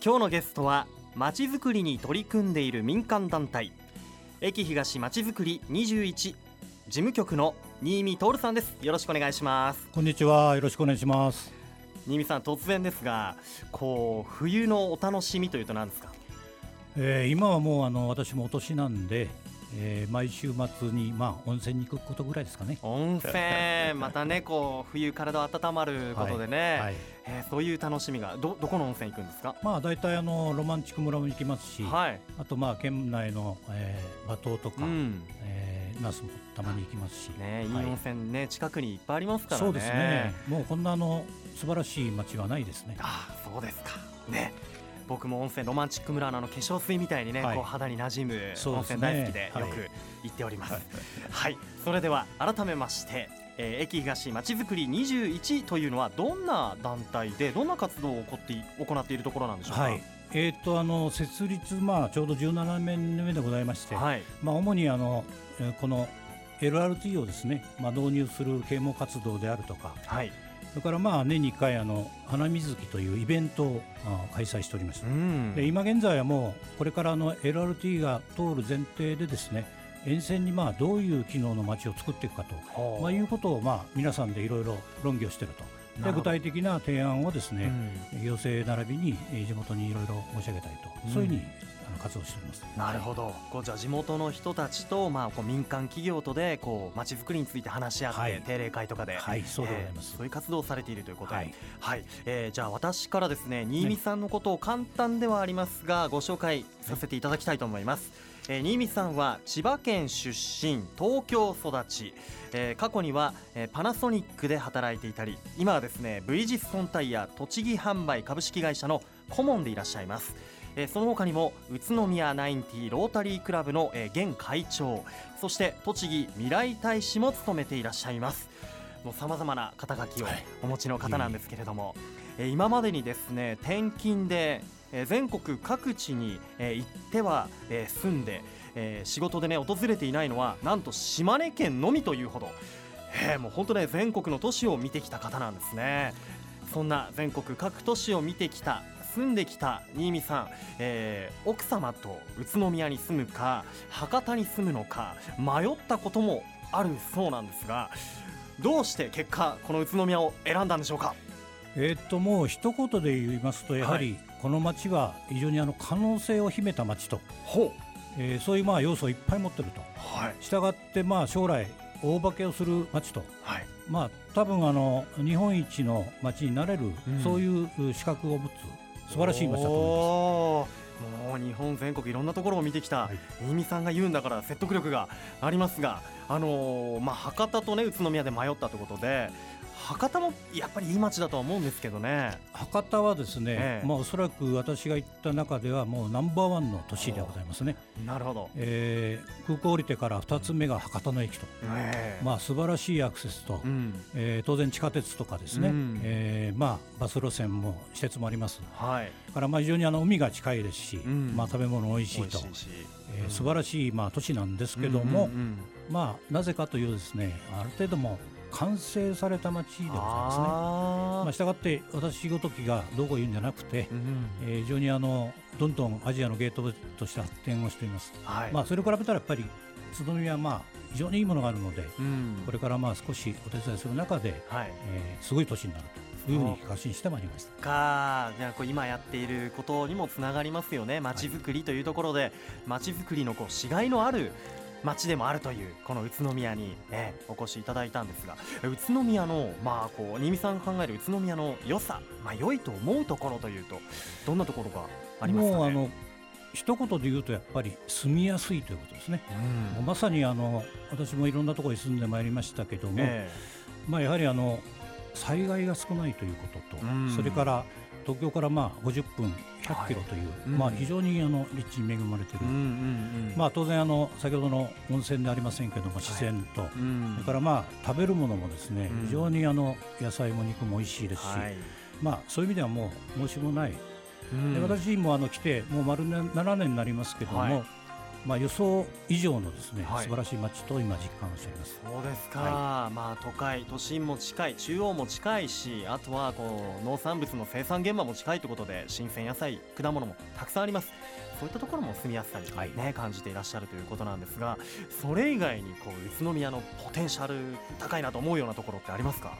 今日のゲストはまちづくりに取り組んでいる民間団体駅東まちづくり21事務局の新見徹さんです。よろしくお願いします。 こんにちは、よろしくお願いします。 新見さん、突然ですが冬のお楽しみというと何ですか？ 今はもう私もお年なんで、毎週末に温泉に行くことぐらいですかね。 温泉またね冬体温まることでね、はい、そういう楽しみが どこの温泉行くんですか？ だいたいロマンチック村も行きますし、はい、あと県内の、馬東とか、那須もたまに行きますし、 ね、いい温泉ね、近くにいっぱいありますからね。 そうですね、もうこんな素晴らしい街はないですね。 そうですかね。僕も温泉ロマンチック村の化粧水みたいにね、肌に馴染む温泉大好きでよく行っております。はい、それでは改めまして、駅東まちづくり21というのはどんな団体でどんな活動を行っているところなんでしょうか？ 設立ちょうど17年目でございまして、主にこの LRT をですね、導入する啓蒙活動であるとか、それから年に1回花水木というイベントを開催しております。で今現在はもうこれからLRT が通る前提でですね、沿線にどういう機能の街を作っていくかと、いうことを皆さんでいろいろ論議をしていると。で具体的な提案をですね、行政並びに地元にいろいろ申し上げたいと、そういうふうに活動しております。 なるほど。じゃあ地元の人たちと、民間企業とで街づくりについて話し合って、定例会とかで、 そうでございます。 そういう活動をされているということで、じゃあ私からですね、新見さんのことを簡単ではありますがご紹介させていただきたいと思います。新見さんは千葉県出身、東京育ち、過去にはパナソニックで働いていたり、今はですねブリヂストンタイヤ栃木販売株式会社の顧問でいらっしゃいます。その他にも宇都宮ナインティロータリークラブの現会長、そして栃木未来大使も務めていらっしゃいます。もう様々な肩書きをお持ちの方なんですけれども、今までにですね転勤で全国各地に行っては住んで仕事でね訪れていないのはなんと島根県のみというほど、もう本当ね全国の都市を見てきた方なんですね。そんな全国各都市を見てきた住んできた新見さん、奥様と宇都宮に住むか博多に住むのか迷ったこともあるそうなんですが、どうして結果この宇都宮を選んだんでしょうか？ もう一言で言いますと、やはりこの町は非常に可能性を秘めた町と、そういう要素をいっぱい持っていると、したがって将来大化けをする町と、多分日本一の町になれる、そういう資格を持つ素晴らしい町だと思います。 もう日本全国いろんなところを見てきた新見さんが言うんだから説得力がありますが、博多とね宇都宮で迷ったということで、博多もやっぱりいい街だとは思うんですけどね。 博多はですね、おそらく私が行った中ではもうナンバーワンの都市でございますね。 なるほど。 空港降りてから2つ目が博多の駅と、素晴らしいアクセスと、当然地下鉄とかですね、バス路線も施設もあります。から非常に海が近いですし、食べ物おいしいと、素晴らしい都市なんですけども、なぜかというですね、ある程度も完成された街でございますね。したがって私ごときがどうこう言うんじゃなくて、非常にどんどんアジアのゲートウェイとして発展をしています。それを比べたらやっぱり宇都宮は非常にいいものがあるので、これから少しお手伝いする中で、すごい都市になるというふうに確信してまいりました。 じゃあ今やっていることにもつながりますよね。街づくりというところで、街づくりのしがいのある町でもあるというこの宇都宮に、お越しいただいたんですが、宇都宮の新見さんが考える宇都宮の良さ、良いと思うところというとどんなところがありますかね？ もう一言で言うとやっぱり住みやすいということですね。まさに私もいろんなところに住んでまいりましたけども、やはり災害が少ないということと、それから東京から50分100キロという、非常に立地に恵まれている、当然先ほどの温泉でありませんけども自然と、それから食べるものもですね、非常に野菜も肉も美味しいですし、そういう意味ではもう申し分ない。で私も来てもう丸7年になりますけども、 予想以上のですね、素晴らしい街と今実感をしております。 そうですか、都心も近い、中央も近いし、あとは農産物の生産現場も近いということで、新鮮野菜、果物もたくさんあります。そういったところも住みやすさに、感じていらっしゃるということなんですが、それ以外に宇都宮のポテンシャル高いなと思うようなところってありますか？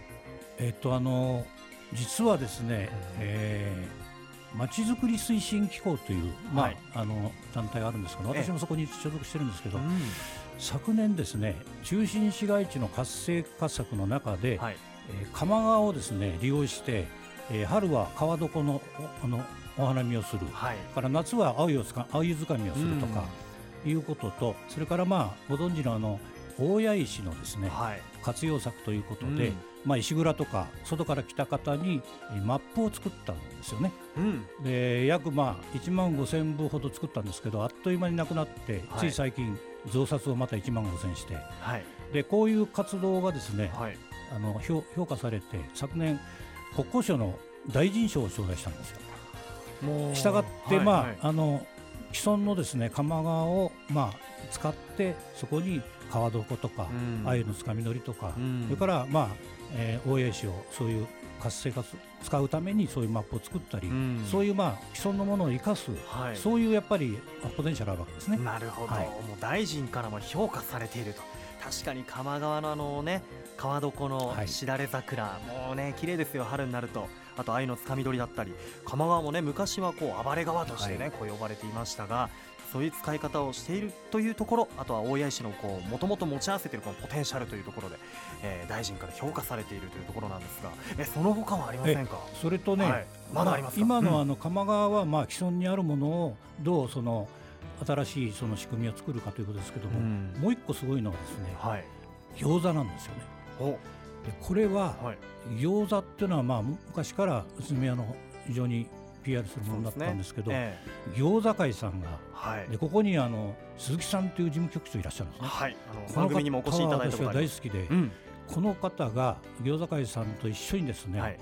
実はですね、まちづくり推進機構という、団体があるんですけど、私もそこに所属してるんですけど、昨年ですね、中心市街地の活性化策の中で、鎌川をですね利用して、春は川床のお花見をする、から夏は青湯づかみをするとかいうことと、それからご存知の大谷石のですね、活用策ということで、石蔵とか外から来た方にマップを作ったんですよね。で約1万5000部ほど作ったんですけど、あっという間になくなって、つい最近増刷をまた1万5000して、でこういう活動がですね、評価されて、昨年国交省の大臣賞を頂戴したんですよ。したがって、既存のですね鎌川を使って、そこに川床とか鮎のつかみ取りとか、それから大谷石をそういう活性化使うためにそういうマップを作ったり、そういう既存のものを生かす、そういうやっぱりポテンシャルあるわけですね。 なるほど、もう大臣からも評価されていると。確かに鎌川の川床のしだれ桜、もうね綺麗ですよ、春になると。あと鮎のつかみ取りだったり、鎌川もね昔は暴れ川としてね、呼ばれていましたが、そういう使い方をしているというところ、あとは大谷石のもともと持ち合わせているこのポテンシャルというところで、大臣から評価されているというところなんですが、その他はありませんか？ それとね、 まだありますか？ 今の鎌川は既存にあるものをどう新しい仕組みを作るかということですけども、もう一個すごいのはですね、餃子なんですよね。でこれは、餃子っていうのは昔から宇都宮の非常に PR するものだったんですけど、餃子会さんが、でここに鈴木さんという事務局長いらっしゃるんですね。 番組にもお越しいただいたことがあります。 私は大好きで、この方が餃子会さんと一緒にですね、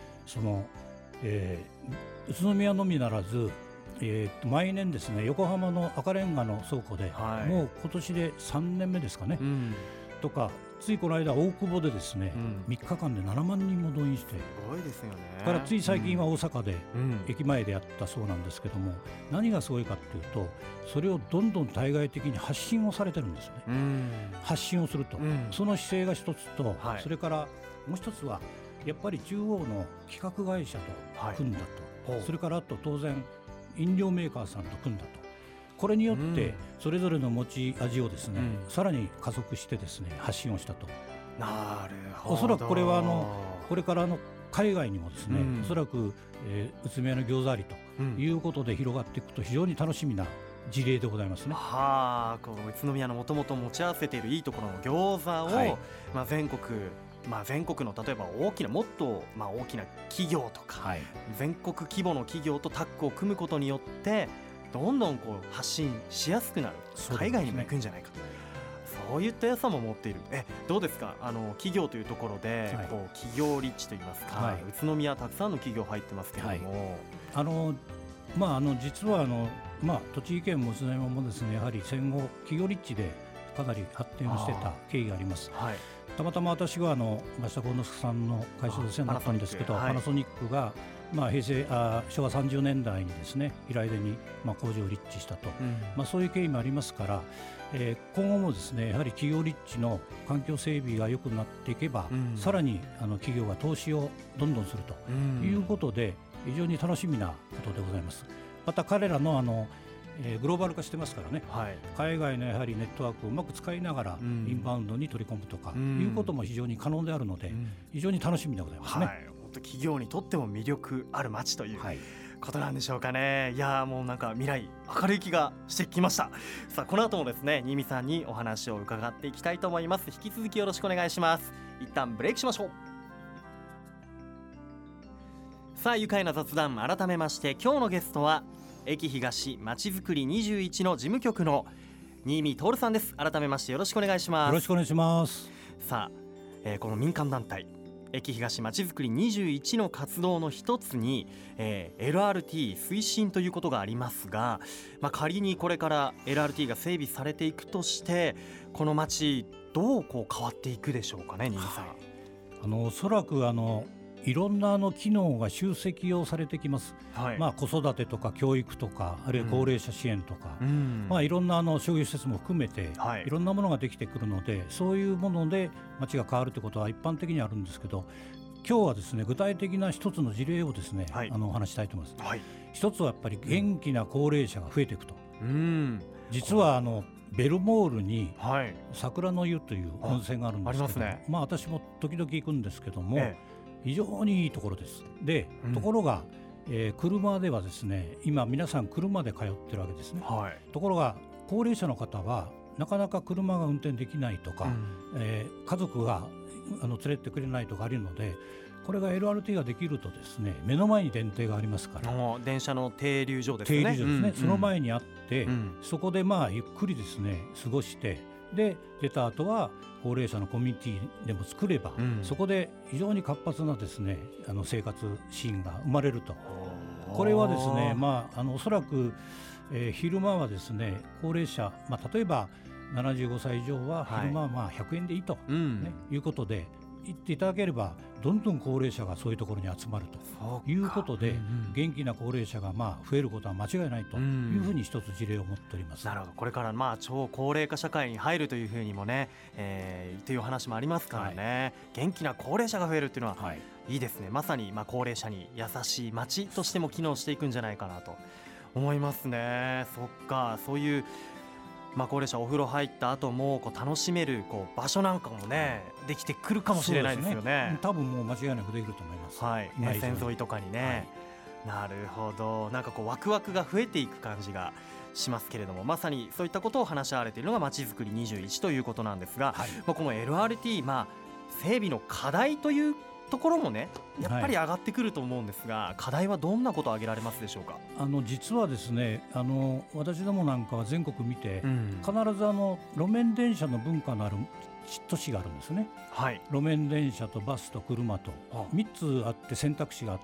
宇都宮のみならず、毎年ですね横浜の赤レンガの倉庫で、もう今年で3年目ですかね、とか、ついこの間大久保でですね、3日間で7万人も動員して、すごいですよね。 からつい最近は大阪で、駅前でやったそうなんですけども、何がすごいかというと、それをどんどん対外的に発信をされてるんですよね。発信をすると、その姿勢が一つと、それからもう一つはやっぱり中央の企画会社と組んだと、それからあと当然飲料メーカーさんと組んだと。これによってそれぞれの持ち味をですね、さらに加速してですね発信をしたと。 なるほど。 おそらくこれはこれから海外にもですね、おそらく、宇都宮の餃子ありということで広がっていくと、非常に楽しみな事例でございますね。 この宇都宮のもともと持ち合わせているいいところの餃子を、全国の例えばもっと大きな企業とか、全国規模の企業とタッグを組むことによってどんどん発信しやすくなる、海外にも行くんじゃないか、そういった良さも持っている。どうですか、企業というところで、企業立地といいますか、宇都宮たくさんの企業入ってますけれども、 実は栃木県も宇都宮もですね、やはり戦後企業立地でかなり発展をしてた経緯があります。たまたま私は増田幸之助さんの会社で世話になったんですけど、パナソニックが昭和30年代にですね平出に工場を立地したと、そういう経緯もありますから、今後もですねやはり企業立地の環境整備が良くなっていけば、さらに企業が投資をどんどんするということで、非常に楽しみなことでございます。また彼らのグローバル化してますからね、海外のやはりネットワークをうまく使いながらインバウンドに取り込むとかいうことも非常に可能であるので、非常に楽しみでございますね。 企業にとっても魅力ある街ということなんでしょうかね。いやもうなんか未来明るい気がしてきました。さあこの後もですね新見さんにお話を伺っていきたいと思います。引き続きよろしくお願いします。一旦ブレイクしましょう。さあ愉快な雑談、改めまして今日のゲストは駅東まちづくり21の事務局の新見徹さんです。改めましてよろしくお願いします。 よろしくお願いします。 さあ、この民間団体駅東まちづくり21の活動の一つに、LRT 推進ということがありますが、仮にこれから LRT が整備されていくとしてこの街どう変わっていくでしょうかね、新見さん。 おそらくいろんな機能が集積をされてきます、子育てとか教育とかあるいは高齢者支援とか、いろんな商業施設も含めて、いろんなものができてくるので、そういうもので街が変わるということは一般的にあるんですけど、今日はですね具体的な一つの事例をですね、お話したいと思います、一つはやっぱり元気な高齢者が増えていくと、実はベルモールに桜の湯という温泉があるんですけど、私も時々行くんですけども、非常にいいところです。で、ところが、車ではですね今皆さん車で通ってるわけですね、ところが高齢者の方はなかなか車が運転できないとか、家族が連れてってくれないとかあるので、これが LRT ができるとですね目の前に電停がありますから、 電車の停留所ですね、 停留所ですね、その前にあって、そこでゆっくりですね過ごして、で出た後は高齢者のコミュニティでも作れば、そこで非常に活発なですね生活シーンが生まれると。これはですね、おそらく、昼間はですね高齢者、例えば75歳以上は昼間は100円でいいと、いうことで言っていただければ、どんどん高齢者がそういうところに集まるということで、元気な高齢者が増えることは間違いないというふうに一つ事例を持っております。 なるほど。これから超高齢化社会に入るというふうにもね、という話もありますからね、元気な高齢者が増えるっていうのは、いいですね。まさに高齢者に優しい街としても機能していくんじゃないかなと思いますね。そっか、そういう高齢者お風呂入った後も楽しめる場所なんかもねできてくるかもしれないですよね。 多分もう間違いなくできると思います。 線沿いとかにね、なるほど。なんかワクワクが増えていく感じがしますけれども、まさにそういったことを話し合われているのがまちづくり21ということなんですが、この LRT、整備の課題というところもねやっぱり上がってくると思うんですが、課題はどんなことを挙げられますでしょうか。 実はですね私どもなんかは全国見て、必ず路面電車の文化のある都市があるんですね、路面電車とバスと車と3つあって選択肢があって、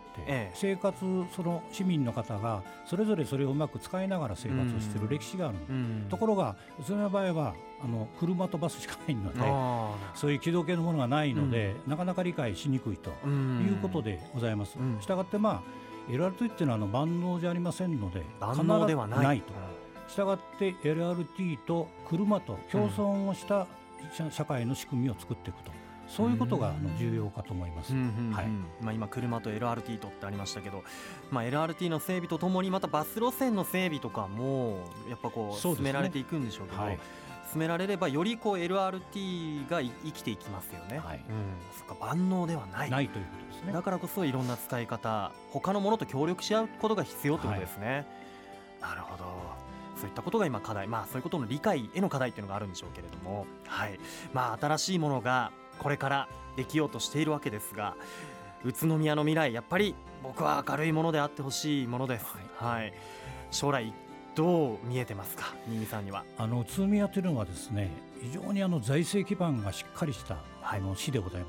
生活その市民の方がそれぞれそれをうまく使いながら生活をしている歴史がある、ところが宇都宮の場合は車とバスしかないので、そういう機動系のものがないので、なかなか理解しにくいということでございます。したがってLRT っていうのは万能じゃありませんので、 万能ではないと。 したがって LRT と車と共存をした社会の仕組みを作っていくと、そういうことが重要かと思います。 今車と LRT とってありましたけど、LRT の整備とともにまたバス路線の整備とかもやっぱ進められていくんでしょうけど、進められればよりLRT が生きていきますよね。そっか、万能ではないということですね。 だからこそいろんな使い方、他のものと協力し合うことが必要ということですね。なるほど。そういったことが今課題、そういうことの理解への課題というのがあるんでしょうけれども、新しいものがこれからできようとしているわけですが、宇都宮の未来やっぱり僕は明るいものであってほしいものです。将来どう見えてますか、新見さんには。 宇都宮というのはですね非常に財政基盤がしっかりした市でございます。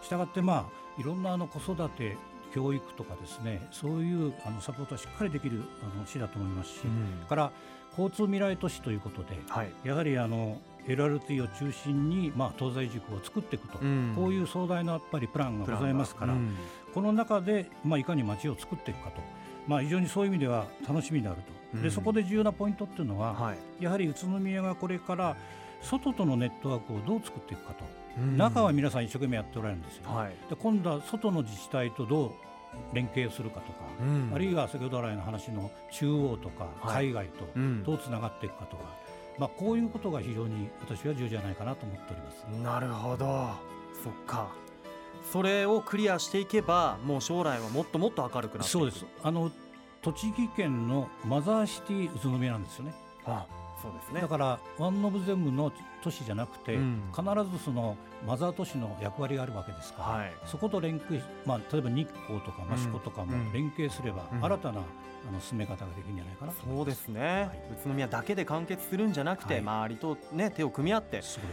したがっていろんな子育て教育とかですね、そういうサポートがしっかりできる市だと思いますし、から交通未来都市ということで、やはりLRT を中心に東西軸を作っていくと、こういう壮大なやっぱりプランがございますから、この中でいかに街を作っていくかと、非常にそういう意味では楽しみであると。でそこで重要なポイントっていうのは、やはり宇都宮がこれから外とのネットワークをどう作っていくかと、中は皆さん一生懸命やっておられるんですよ、で今度は外の自治体とどう連携するかとか、あるいは先ほど来の話の中央とか海外とどうつながっていくかとか、こういうことが非常に私は重要じゃないかなと思っております。 なるほど。そっか、それをクリアしていけばもう将来はもっともっと明るくなっていく。 そうです。栃木県のマザーシティ宇都宮なんですよね。 そうですね。 だからワンオブゼムの都市じゃなくて、必ずそのマザー都市の役割があるわけですから、そこと連携、例えば日光とか益子とかも連携すれば、新たな進め方ができるんじゃないかなと。 そうですね、宇都宮だけで完結するんじゃなくて、周りと、手を組み合って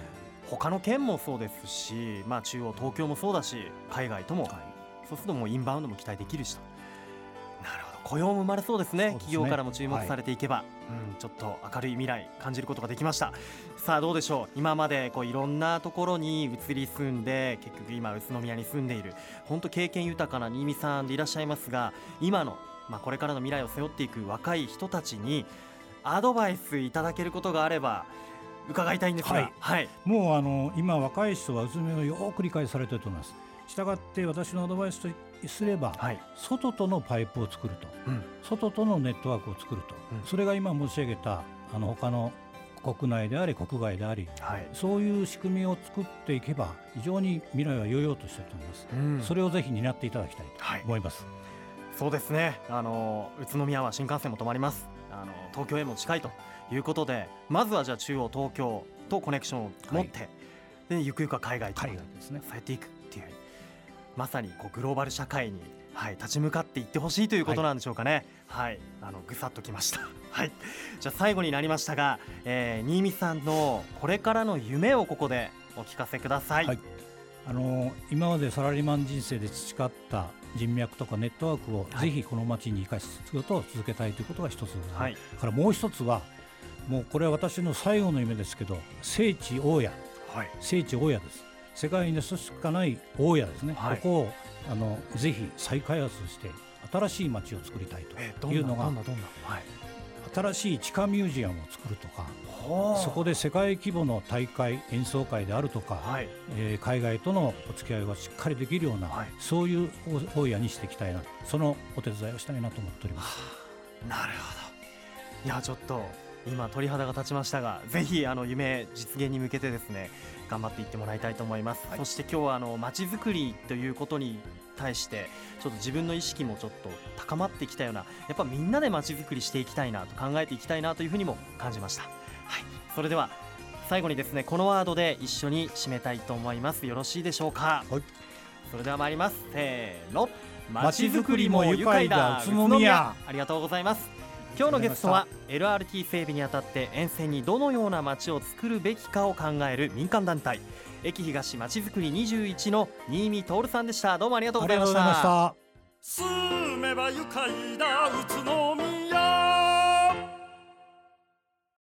他の県もそうですし、中央東京もそうだし海外とも、そうするともうインバウンドも期待できるしと。なるほど、雇用も生まれそうですね。企業からも注目されていけば、ちょっと明るい未来感じることができました。さあどうでしょう、今までいろんなところに移り住んで結局今宇都宮に住んでいる本当経験豊かな新見さんでいらっしゃいますが、今の、これからの未来を背負っていく若い人たちにアドバイスいただけることがあれば伺いたいんですが、 もう今若い人は宇都宮をよく理解されていると思います。したがって私のアドバイスとすれば、外とのパイプを作ると、外とのネットワークを作ると、それが今申し上げた他の国内であり国外であり、そういう仕組みを作っていけば非常に未来は良々としていると思います。それをぜひ担っていただきたいと思います。 そうですね、宇都宮は新幹線も止まります。東京へも近いということで、まずはじゃあ中央東京とコネクションを持って、でゆくゆくは海外とですね、伝えていくっていう、まさにグローバル社会に、立ち向かっていってほしいということなんでしょうかね。ぐさっときました。じゃあ最後になりましたが、新見さんのこれからの夢をここでお聞かせください。 今までサラリーマン人生で培った人脈とかネットワークをぜひこの町に生かしつつことを続けたいということが一つ、からもう一つは、もうこれは私の最後の夢ですけど、聖地大谷、聖地大谷です。世界に一つしかない大谷ですね、ここをぜひ再開発して新しい町を作りたいというのが、新しい地下ミュージアムを作るとか、そこで世界規模の大会演奏会であるとか、海外とのお付き合いがしっかりできるような、そういう大谷にしていきたいな、そのお手伝いをしたいなと思っております。 なるほど。いやちょっと今鳥肌が立ちましたが、ぜひ夢実現に向けてですね頑張っていってもらいたいと思います。そして今日は街づくりということに対してちょっと自分の意識もちょっと高まってきたような、やっぱみんなで街づくりしていきたいなと考えていきたいなというふうにも感じました。それでは最後にですねこのワードで一緒に締めたいと思います。よろしいでしょうか。それでは参ります。せーの、街づくりも愉快だ宇都宮。ありがとうございます。今日のゲストは LRT 整備にあたって沿線にどのような街を作るべきかを考える民間団体、駅東まちづくり21の新見徹さんでした。どうもありがとうございました。 住めば愉快だ宇都宮。